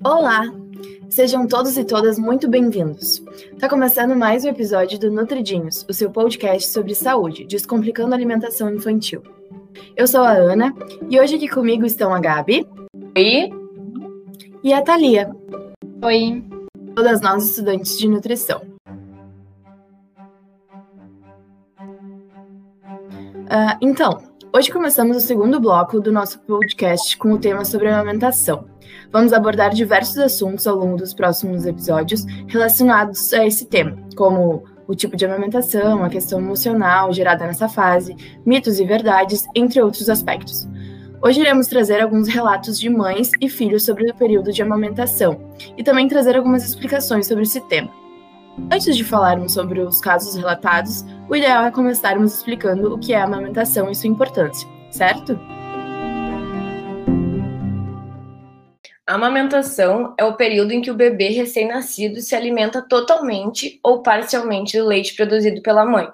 Olá! Sejam todos e todas muito bem-vindos. Tá começando mais um episódio do Nutridinhos, o seu podcast sobre saúde, descomplicando a alimentação infantil. Eu sou a Ana e hoje aqui comigo estão a Gabi. Oi. E a Thalia. Oi. Todas nós estudantes de nutrição. Então, hoje começamos o segundo bloco do nosso podcast com o tema sobre amamentação. Vamos abordar diversos assuntos ao longo dos próximos episódios relacionados a esse tema, como o tipo de amamentação, a questão emocional gerada nessa fase, mitos e verdades, entre outros aspectos. Hoje iremos trazer alguns relatos de mães e filhos sobre o período de amamentação e também trazer algumas explicações sobre esse tema. Antes de falarmos sobre os casos relatados, o ideal é começarmos explicando o que é a amamentação e sua importância, certo? A amamentação é o período em que o bebê recém-nascido se alimenta totalmente ou parcialmente do leite produzido pela mãe,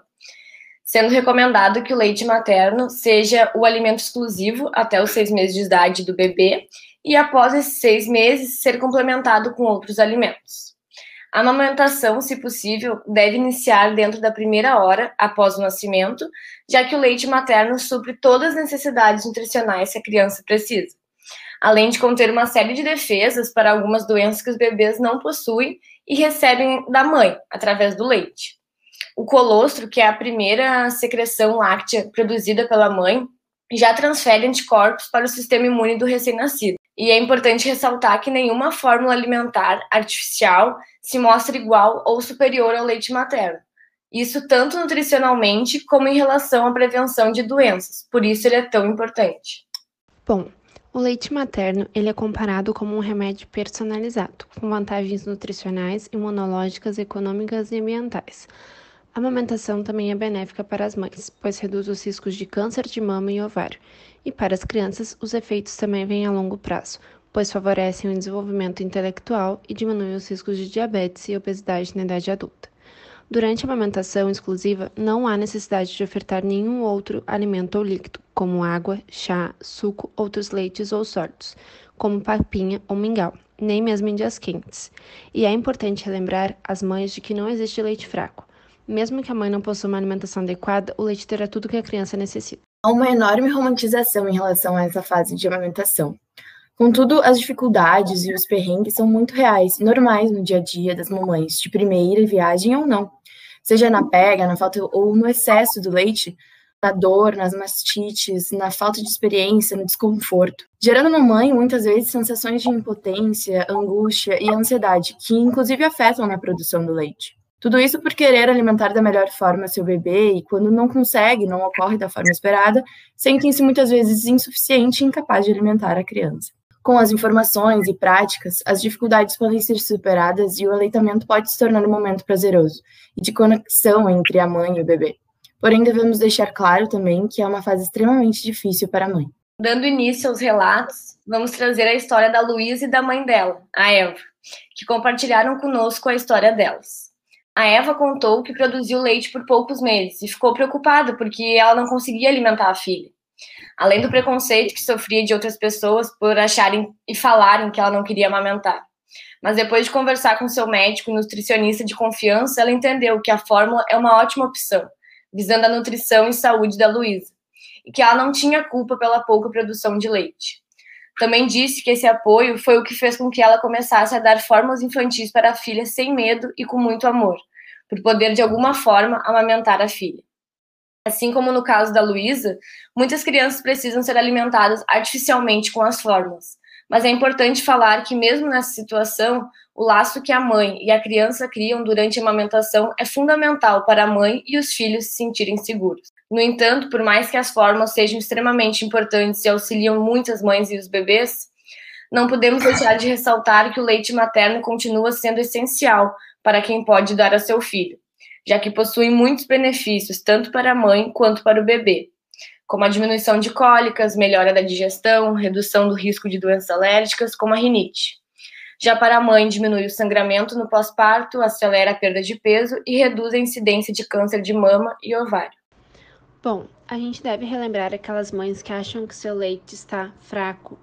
sendo recomendado que o leite materno seja o alimento exclusivo até os 6 meses de idade do bebê e após esses 6 meses ser complementado com outros alimentos. A amamentação, se possível, deve iniciar dentro da primeira hora após o nascimento, já que o leite materno supre todas as necessidades nutricionais que a criança precisa, além de conter uma série de defesas para algumas doenças que os bebês não possuem e recebem da mãe, através do leite. O colostro, que é a primeira secreção láctea produzida pela mãe, já transfere anticorpos para o sistema imune do recém-nascido. E é importante ressaltar que nenhuma fórmula alimentar artificial se mostra igual ou superior ao leite materno. Isso tanto nutricionalmente como em relação à prevenção de doenças. Por isso ele é tão importante. Bom, o leite materno ele é comparado como um remédio personalizado, com vantagens nutricionais, imunológicas, econômicas e ambientais. A amamentação também é benéfica para as mães, pois reduz os riscos de câncer de mama e ovário. E para as crianças, os efeitos também vêm a longo prazo, pois favorecem o desenvolvimento intelectual e diminuem os riscos de diabetes e obesidade na idade adulta. Durante a amamentação exclusiva, não há necessidade de ofertar nenhum outro alimento ou líquido, como água, chá, suco, outros leites ou sólidos, como papinha ou mingau, nem mesmo em dias quentes. E é importante relembrar as mães de que não existe leite fraco. Mesmo que a mãe não possua uma alimentação adequada, o leite terá tudo que a criança necessita. Há uma enorme romantização em relação a essa fase de amamentação. Contudo, as dificuldades e os perrengues são muito reais e normais no dia a dia das mamães, de primeira viagem ou não. Seja na pega, na falta ou no excesso do leite, na dor, nas mastites, na falta de experiência, no desconforto, gerando na mãe muitas vezes sensações de impotência, angústia e ansiedade, que inclusive afetam na produção do leite. Tudo isso por querer alimentar da melhor forma seu bebê e quando não consegue, não ocorre da forma esperada, sentem-se muitas vezes insuficiente e incapaz de alimentar a criança. Com as informações e práticas, as dificuldades podem ser superadas e o aleitamento pode se tornar um momento prazeroso e de conexão entre a mãe e o bebê. Porém, devemos deixar claro também que é uma fase extremamente difícil para a mãe. Dando início aos relatos, vamos trazer a história da Luísa e da mãe dela, a Eva, que compartilharam conosco a história delas. A Eva contou que produziu leite por poucos meses e ficou preocupada porque ela não conseguia alimentar a filha. Além do preconceito que sofria de outras pessoas por acharem e falarem que ela não queria amamentar. Mas depois de conversar com seu médico e nutricionista de confiança, ela entendeu que a fórmula é uma ótima opção, visando a nutrição e saúde da Luísa, e que ela não tinha culpa pela pouca produção de leite. Também disse que esse apoio foi o que fez com que ela começasse a dar fórmulas infantis para a filha sem medo e com muito amor, por poder de alguma forma amamentar a filha. Assim como no caso da Luísa, muitas crianças precisam ser alimentadas artificialmente com as fórmulas. Mas é importante falar que mesmo nessa situação, o laço que a mãe e a criança criam durante a amamentação é fundamental para a mãe e os filhos se sentirem seguros. No entanto, por mais que as fórmulas sejam extremamente importantes e auxiliam muitas mães e os bebês, não podemos deixar de ressaltar que o leite materno continua sendo essencial para quem pode dar a seu filho, já que possui muitos benefícios, tanto para a mãe quanto para o bebê, como a diminuição de cólicas, melhora da digestão, redução do risco de doenças alérgicas, como a rinite. Já para a mãe, diminui o sangramento no pós-parto, acelera a perda de peso e reduz a incidência de câncer de mama e ovário. Bom, a gente deve relembrar aquelas mães que acham que seu leite está fraco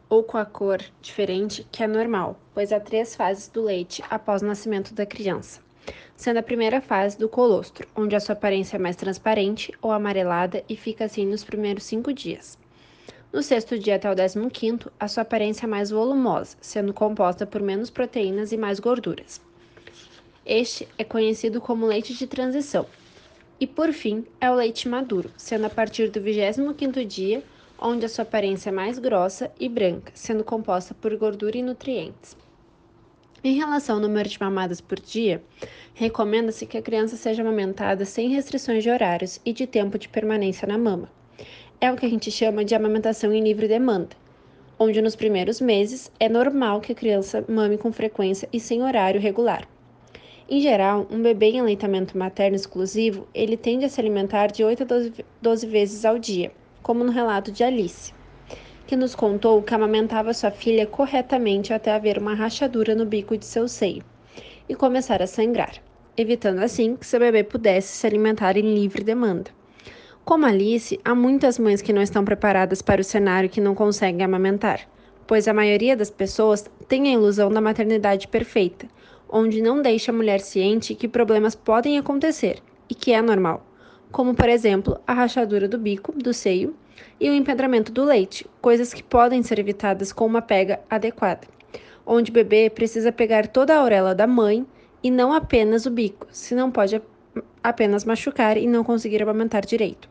ou com a cor diferente, que é normal, pois há 3 fases do leite após o nascimento da criança, sendo a primeira fase do colostro, onde a sua aparência é mais transparente ou amarelada e fica assim nos primeiros 5 dias. No 6º dia até o 15º, a sua aparência é mais volumosa, sendo composta por menos proteínas e mais gorduras. Este é conhecido como leite de transição. E por fim, é o leite maduro, sendo a partir do 25º dia, onde a sua aparência é mais grossa e branca, sendo composta por gordura e nutrientes. Em relação ao número de mamadas por dia, recomenda-se que a criança seja amamentada sem restrições de horários e de tempo de permanência na mama. É o que a gente chama de amamentação em livre demanda, onde nos primeiros meses é normal que a criança mame com frequência e sem horário regular. Em geral, um bebê em aleitamento materno exclusivo, ele tende a se alimentar de 8 a 12 vezes ao dia, como no relato de Alice, que nos contou que amamentava sua filha corretamente até haver uma rachadura no bico de seu seio e começar a sangrar, evitando assim que seu bebê pudesse se alimentar em livre demanda. Como Alice, há muitas mães que não estão preparadas para o cenário que não conseguem amamentar, pois a maioria das pessoas tem a ilusão da maternidade perfeita, onde não deixa a mulher ciente que problemas podem acontecer e que é normal, como por exemplo a rachadura do bico, do seio e o empedramento do leite, coisas que podem ser evitadas com uma pega adequada, onde o bebê precisa pegar toda a orelha da mãe e não apenas o bico, senão pode apenas machucar e não conseguir amamentar direito.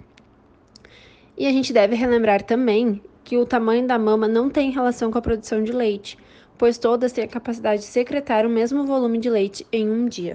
E a gente deve relembrar também que o tamanho da mama não tem relação com a produção de leite, pois todas têm a capacidade de secretar o mesmo volume de leite em um dia.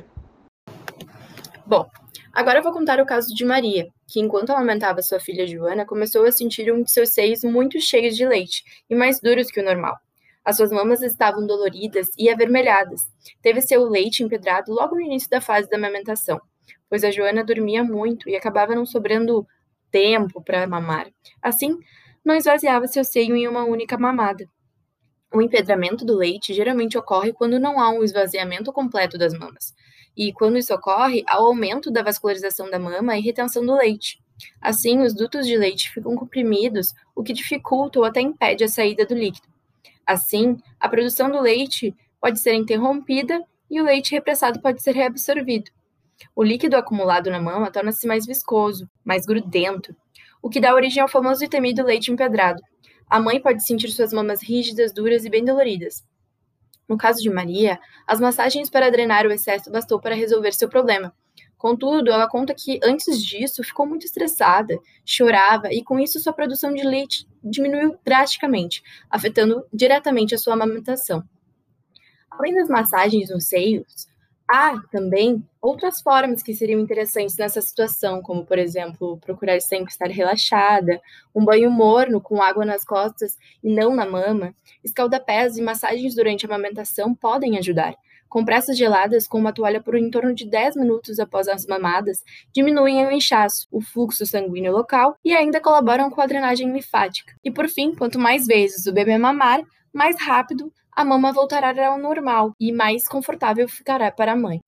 Bom, agora eu vou contar o caso de Maria, que enquanto amamentava sua filha Joana, começou a sentir um de seus seios muito cheios de leite e mais duros que o normal. As suas mamas estavam doloridas e avermelhadas. Teve seu leite empedrado logo no início da fase da amamentação, pois a Joana dormia muito e acabava não sobrando tempo para mamar. Assim, não esvaziava seu seio em uma única mamada. O empedramento do leite geralmente ocorre quando não há um esvaziamento completo das mamas. E quando isso ocorre, há o aumento da vascularização da mama e retenção do leite. Assim, os dutos de leite ficam comprimidos, o que dificulta ou até impede a saída do líquido. Assim, a produção do leite pode ser interrompida e o leite repressado pode ser reabsorvido. O líquido acumulado na mama torna-se mais viscoso, mais grudento, o que dá origem ao famoso e temido leite empedrado. A mãe pode sentir suas mamas rígidas, duras e bem doloridas. No caso de Maria, as massagens para drenar o excesso bastou para resolver seu problema. Contudo, ela conta que antes disso ficou muito estressada, chorava e com isso sua produção de leite diminuiu drasticamente, afetando diretamente a sua amamentação. Além das massagens nos seios, há também outras formas que seriam interessantes nessa situação, como, por exemplo, procurar sempre estar relaxada, um banho morno com água nas costas e não na mama, escaldapés e massagens durante a amamentação podem ajudar. Compressas geladas com uma toalha por em torno de 10 minutos após as mamadas diminuem o inchaço, o fluxo sanguíneo local e ainda colaboram com a drenagem linfática. E por fim, quanto mais vezes o bebê mamar, mais rápido a mama voltará ao normal e mais confortável ficará para a mãe.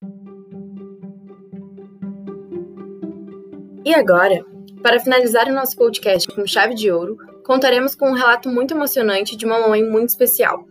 E agora, para finalizar o nosso podcast com chave de ouro, contaremos com um relato muito emocionante de uma mamãe muito especial.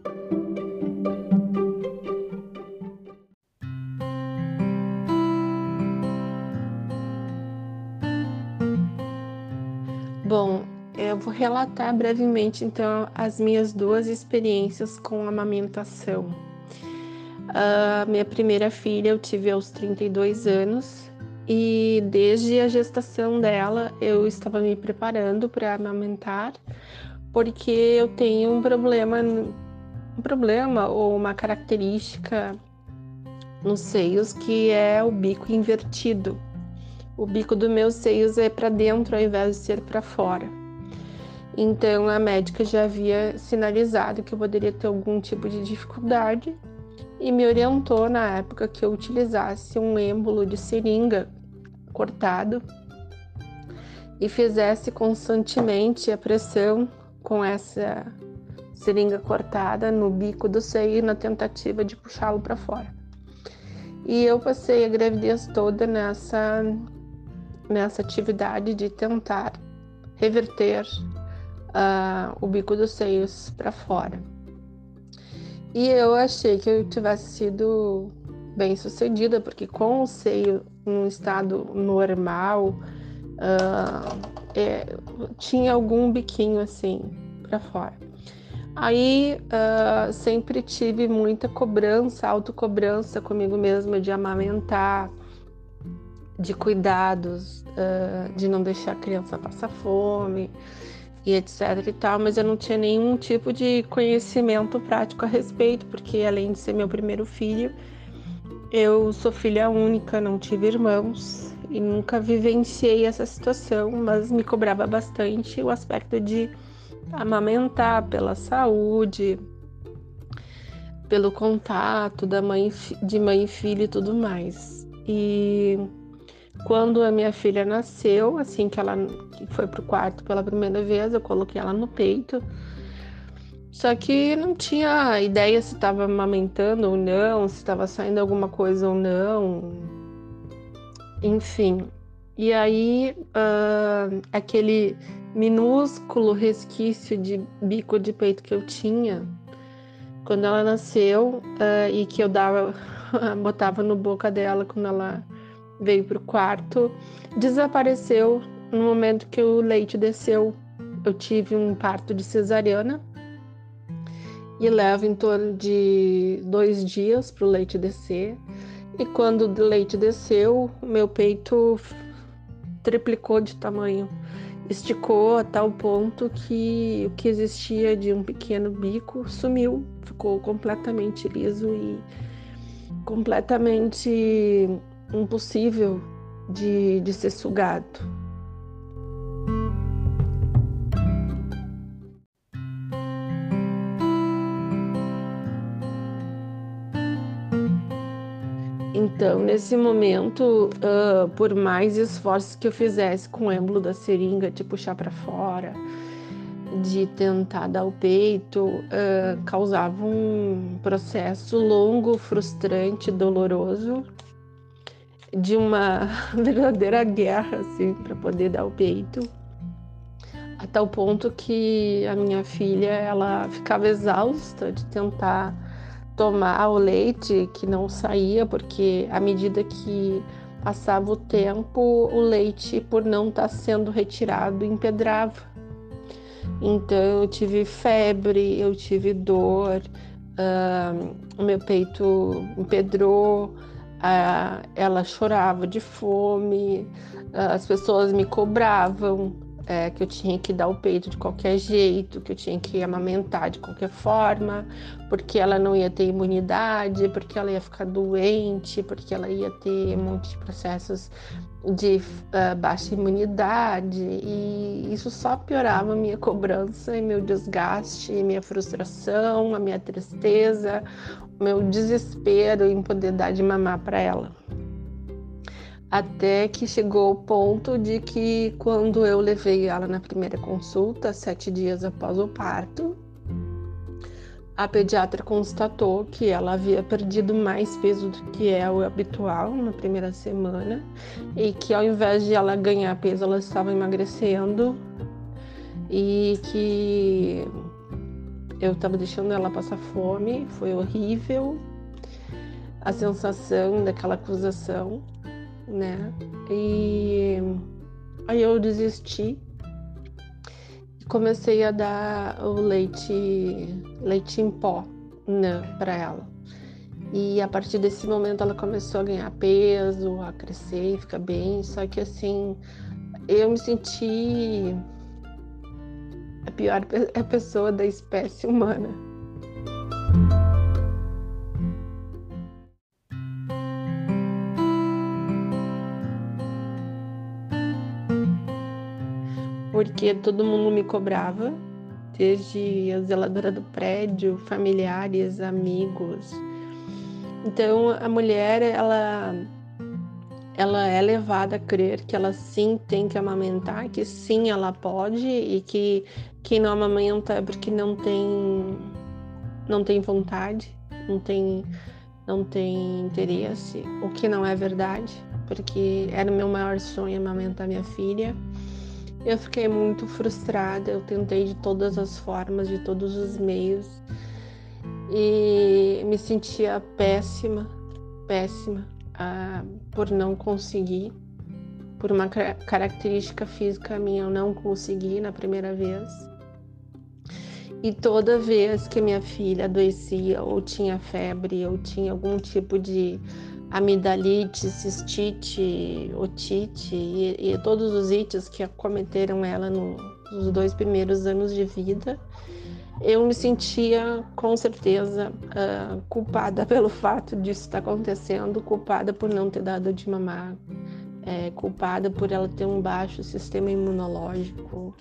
Bom, eu vou relatar brevemente, então, as minhas 2 experiências com amamentação. A minha primeira filha eu tive aos 32 anos e desde a gestação dela eu estava me preparando para amamentar, porque eu tenho um problema ou uma característica nos seios que é o bico invertido. O bico dos meus seios é para dentro ao invés de ser para fora. Então a médica já havia sinalizado que eu poderia ter algum tipo de dificuldade e me orientou na época que eu utilizasse um êmbolo de seringa cortado e fizesse constantemente a pressão com essa seringa cortada no bico do seio na tentativa de puxá-lo para fora. E eu passei a gravidez toda nessa atividade de tentar reverter o bico dos seios para fora. E eu achei que eu tivesse sido bem sucedida, porque com o seio num estado normal, tinha algum biquinho assim para fora. Aí sempre tive muita cobrança, autocobrança comigo mesma de amamentar, de cuidados, de não deixar a criança passar fome e etc e tal, mas eu não tinha nenhum tipo de conhecimento prático a respeito, porque além de ser meu primeiro filho, eu sou filha única, não tive irmãos e nunca vivenciei essa situação, mas me cobrava bastante o aspecto de amamentar, pela saúde, pelo contato de mãe e filho e tudo mais. E quando a minha filha nasceu, assim que ela foi pro quarto pela primeira vez, eu coloquei ela no peito. Só que não tinha ideia se estava amamentando ou não, se estava saindo alguma coisa ou não. Enfim. E aí, aquele minúsculo resquício de bico de peito que eu tinha quando ela nasceu, e que eu botava no boca dela quando ela veio pro quarto, desapareceu no momento que o leite desceu. Eu tive um parto de cesariana e leva em torno de 2 dias para o leite descer. E quando o leite desceu, o meu peito triplicou de tamanho, esticou a tal ponto que o que existia de um pequeno bico sumiu, ficou completamente liso e completamente impossível de ser sugado. Então, nesse momento, por mais esforços que eu fizesse com o êmbolo da seringa, de puxar para fora, de tentar dar o peito, causava um processo longo, frustrante, doloroso, de uma verdadeira guerra, assim, para poder dar o peito, a tal ponto que a minha filha, ela ficava exausta de tentar tomar o leite, que não saía, porque à medida que passava o tempo, o leite, por não estar sendo retirado, empedrava. Então eu tive febre, eu tive dor, o meu peito empedrou, ela chorava de fome, as pessoas me cobravam, que eu tinha que dar o peito de qualquer jeito, que eu tinha que amamentar de qualquer forma, porque ela não ia ter imunidade, porque ela ia ficar doente, porque ela ia ter um monte de processos de baixa imunidade, e isso só piorava a minha cobrança e meu desgaste, minha frustração, a minha tristeza, o meu desespero em poder dar de mamar para ela. Até que chegou o ponto de que, quando eu levei ela na primeira consulta, 7 dias após o parto, a pediatra constatou que ela havia perdido mais peso do que é o habitual na primeira semana e que, ao invés de ela ganhar peso, ela estava emagrecendo e que eu estava deixando ela passar fome. Foi horrível a sensação daquela acusação, né? E aí eu desisti e comecei a dar o leite em pó, né, para ela. E a partir desse momento ela começou a ganhar peso, a crescer, ficar bem. Só que assim, eu me senti a pior pessoa da espécie humana. Porque todo mundo me cobrava, desde a zeladora do prédio, familiares, amigos. Então a mulher, ela é levada a crer que ela sim tem que amamentar, que sim ela pode, e que quem não amamenta é porque não tem vontade, não tem interesse, o que não é verdade, porque era o meu maior sonho amamentar minha filha. Eu fiquei muito frustrada, eu tentei de todas as formas, de todos os meios, e me sentia péssima por não conseguir, por uma característica física minha, eu não consegui na primeira vez. E toda vez que minha filha adoecia, ou tinha febre, ou tinha algum tipo de amidalite, cistite, otite e todos os ites que acometeram ela nos 2 primeiros anos de vida, eu me sentia com certeza culpada pelo fato disso estar acontecendo, culpada por não ter dado de mamar, culpada por ela ter um baixo sistema imunológico.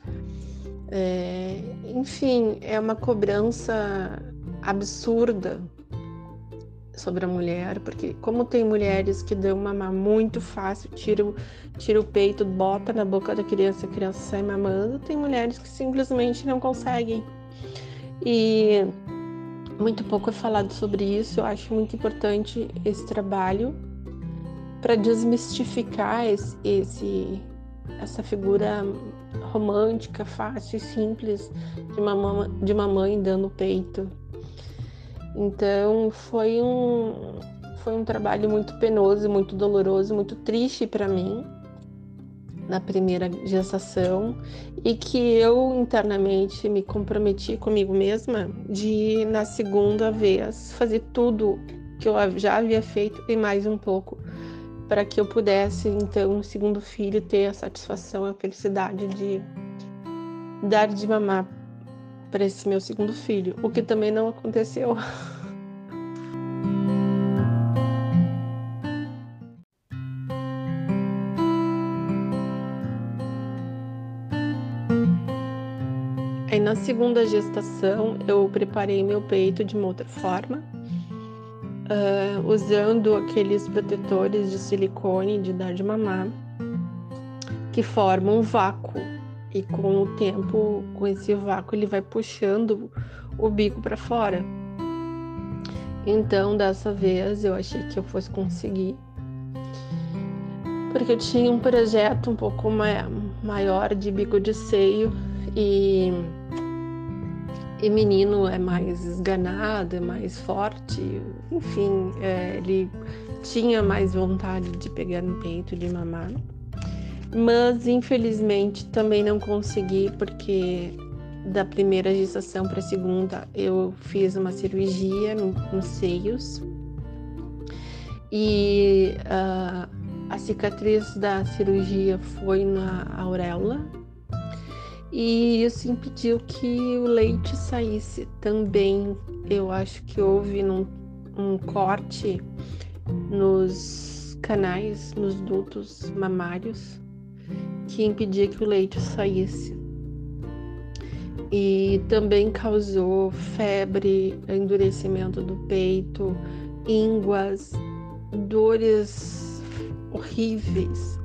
Enfim, é uma cobrança absurda sobre a mulher, porque como tem mulheres que dão mamar muito fácil, tira o peito, bota na boca da criança, a criança sai mamando, tem mulheres que simplesmente não conseguem. E muito pouco é falado sobre isso. Eu acho muito importante esse trabalho para desmistificar essa figura romântica, fácil e simples de uma mãe dando peito. Então foi um trabalho muito penoso, muito doloroso, muito triste para mim na primeira gestação, e que eu internamente me comprometi comigo mesma de, na segunda vez, fazer tudo que eu já havia feito e mais um pouco, para que eu pudesse, então, no segundo filho, ter a satisfação, a felicidade de dar de mamar para esse meu segundo filho, o que também não aconteceu. Aí na segunda gestação eu preparei meu peito de uma outra forma, usando aqueles protetores de silicone de dar de mamar, que formam um vácuo, e com o tempo, com esse vácuo, ele vai puxando o bico para fora. Então dessa vez eu achei que eu fosse conseguir, porque eu tinha um projeto um pouco maior de bico de seio, e menino é mais esganado, é mais forte, enfim, ele tinha mais vontade de pegar no peito, de mamar. Mas infelizmente também não consegui, porque da primeira gestação para a segunda eu fiz uma cirurgia nos seios, e a cicatriz da cirurgia foi na auréola, e isso impediu que o leite saísse também. Eu acho que houve um corte nos canais, nos dutos mamários, que impedia que o leite saísse. E também causou febre, endurecimento do peito, ínguas, dores horríveis,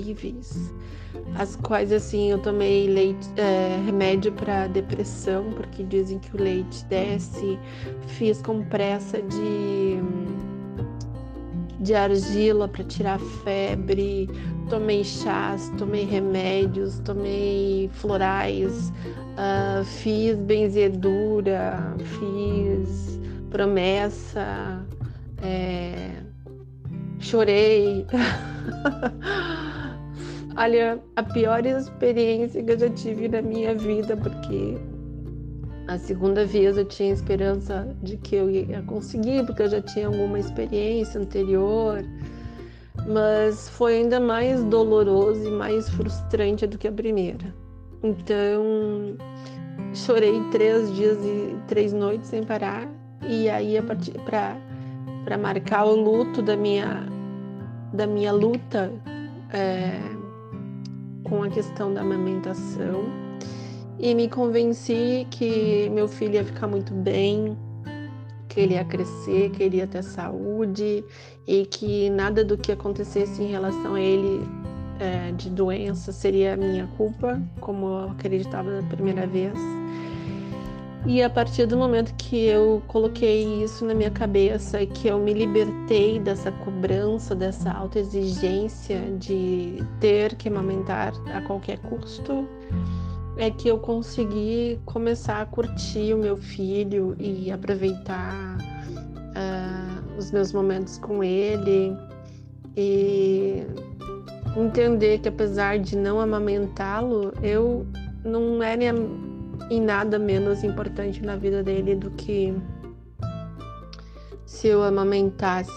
as quais, assim, eu tomei remédio para depressão, porque dizem que o leite desce. Fiz compressa de argila para tirar febre, tomei chás, tomei remédios, tomei florais, fiz benzedura, fiz promessa, chorei. Olha, a pior experiência que eu já tive na minha vida, porque a segunda vez eu tinha esperança de que eu ia conseguir, porque eu já tinha alguma experiência anterior, mas foi ainda mais doloroso e mais frustrante do que a primeira. Então, chorei 3 dias e 3 noites sem parar, e aí, para marcar o luto da minha luta com a questão da amamentação, e me convenci que meu filho ia ficar muito bem, que ele ia crescer, que ele ia ter saúde, e que nada do que acontecesse em relação a ele de doença seria minha culpa, como eu acreditava da primeira vez. E a partir do momento que eu coloquei isso na minha cabeça e que eu me libertei dessa cobrança, dessa autoexigência de ter que amamentar a qualquer custo, é que eu consegui começar a curtir o meu filho e aproveitar os meus momentos com ele e entender que, apesar de não amamentá-lo, eu não era em nada menos importante na vida dele do que se eu amamentasse.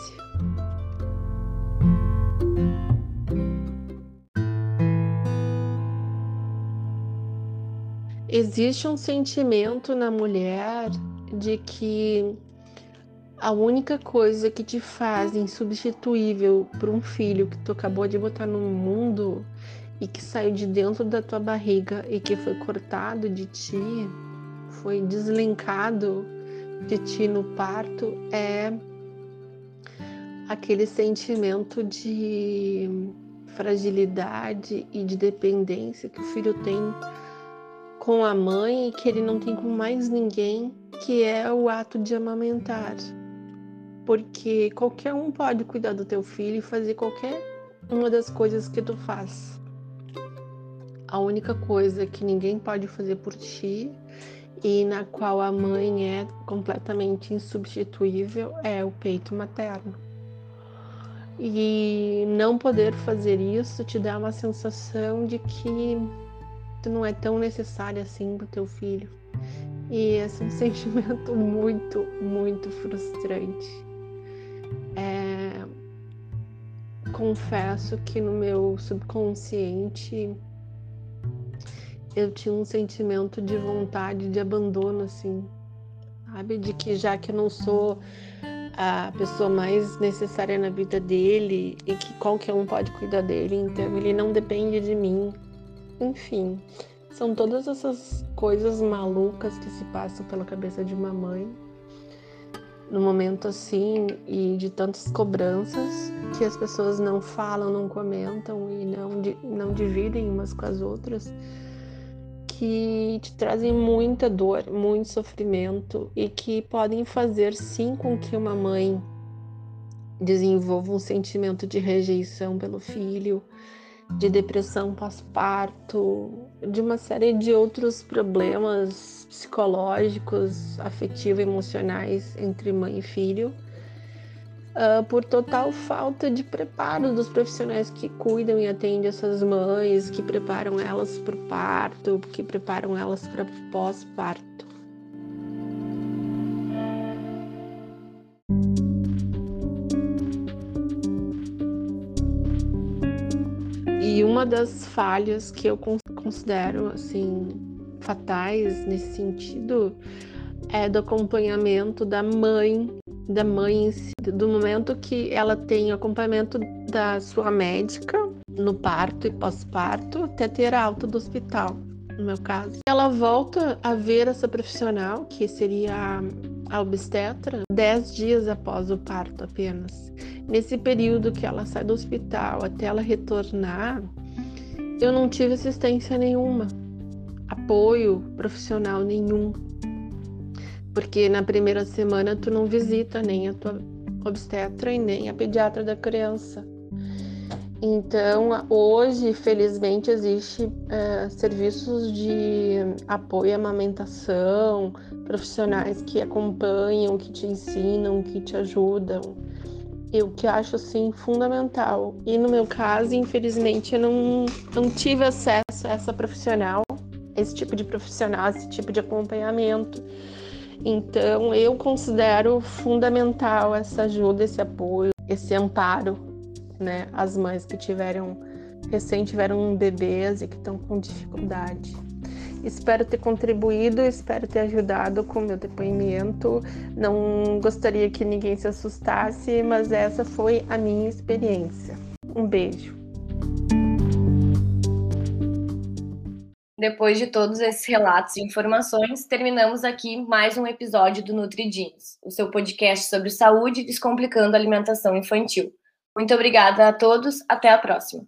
Existe um sentimento na mulher de que a única coisa que te faz insubstituível para um filho que tu acabou de botar no mundo e que saiu de dentro da tua barriga e que foi cortado de ti, foi deslinkado de ti no parto, é aquele sentimento de fragilidade e de dependência que o filho tem com a mãe e que ele não tem com mais ninguém, que é o ato de amamentar. Porque qualquer um pode cuidar do teu filho e fazer qualquer uma das coisas que tu faz. A única coisa que ninguém pode fazer por ti e na qual a mãe é completamente insubstituível é o peito materno. E não poder fazer isso te dá uma sensação de que tu não é tão necessária assim pro teu filho. E esse é um sentimento muito, muito frustrante. Confesso que no meu subconsciente eu tinha um sentimento de vontade de abandono, assim, sabe? De que já que eu não sou a pessoa mais necessária na vida dele e que qualquer um pode cuidar dele, então ele não depende de mim. Enfim, são todas essas coisas malucas que se passam pela cabeça de uma mãe no momento assim, e de tantas cobranças que as pessoas não falam, não comentam e não dividem umas com as outras, que te trazem muita dor, muito sofrimento e que podem fazer sim com que uma mãe desenvolva um sentimento de rejeição pelo filho, de depressão pós-parto, de uma série de outros problemas psicológicos, afetivo-emocionais entre mãe e filho, por total falta de preparo dos profissionais que cuidam e atendem essas mães, que preparam elas para o parto, que preparam elas para pós-parto. E uma das falhas que eu considero assim fatais nesse sentido é do acompanhamento da mãe em si, do momento que ela tem acompanhamento da sua médica no parto e pós-parto até ter a alta do hospital, no meu caso. Ela volta a ver essa profissional, que seria a obstetra, 10 dias após o parto apenas. Nesse período que ela sai do hospital até ela retornar, eu não tive assistência nenhuma, apoio profissional nenhum. Porque na primeira semana tu não visita nem a tua obstetra e nem a pediatra da criança. Então, hoje, felizmente, existe serviços de apoio à amamentação, profissionais que acompanham, que te ensinam, que te ajudam. Eu que acho, assim, fundamental. E no meu caso, infelizmente, eu não tive acesso a essa profissional, esse tipo de profissional, esse tipo de acompanhamento. Então, eu considero fundamental essa ajuda, esse apoio, esse amparo, né? As mães que recém tiveram bebês e que estão com dificuldade. Espero ter contribuído, espero ter ajudado com o meu depoimento. Não gostaria que ninguém se assustasse, mas essa foi a minha experiência. Um beijo. Depois de todos esses relatos e informações, terminamos aqui mais um episódio do NutriGenes, o seu podcast sobre saúde descomplicando a alimentação infantil. Muito obrigada a todos, até a próxima.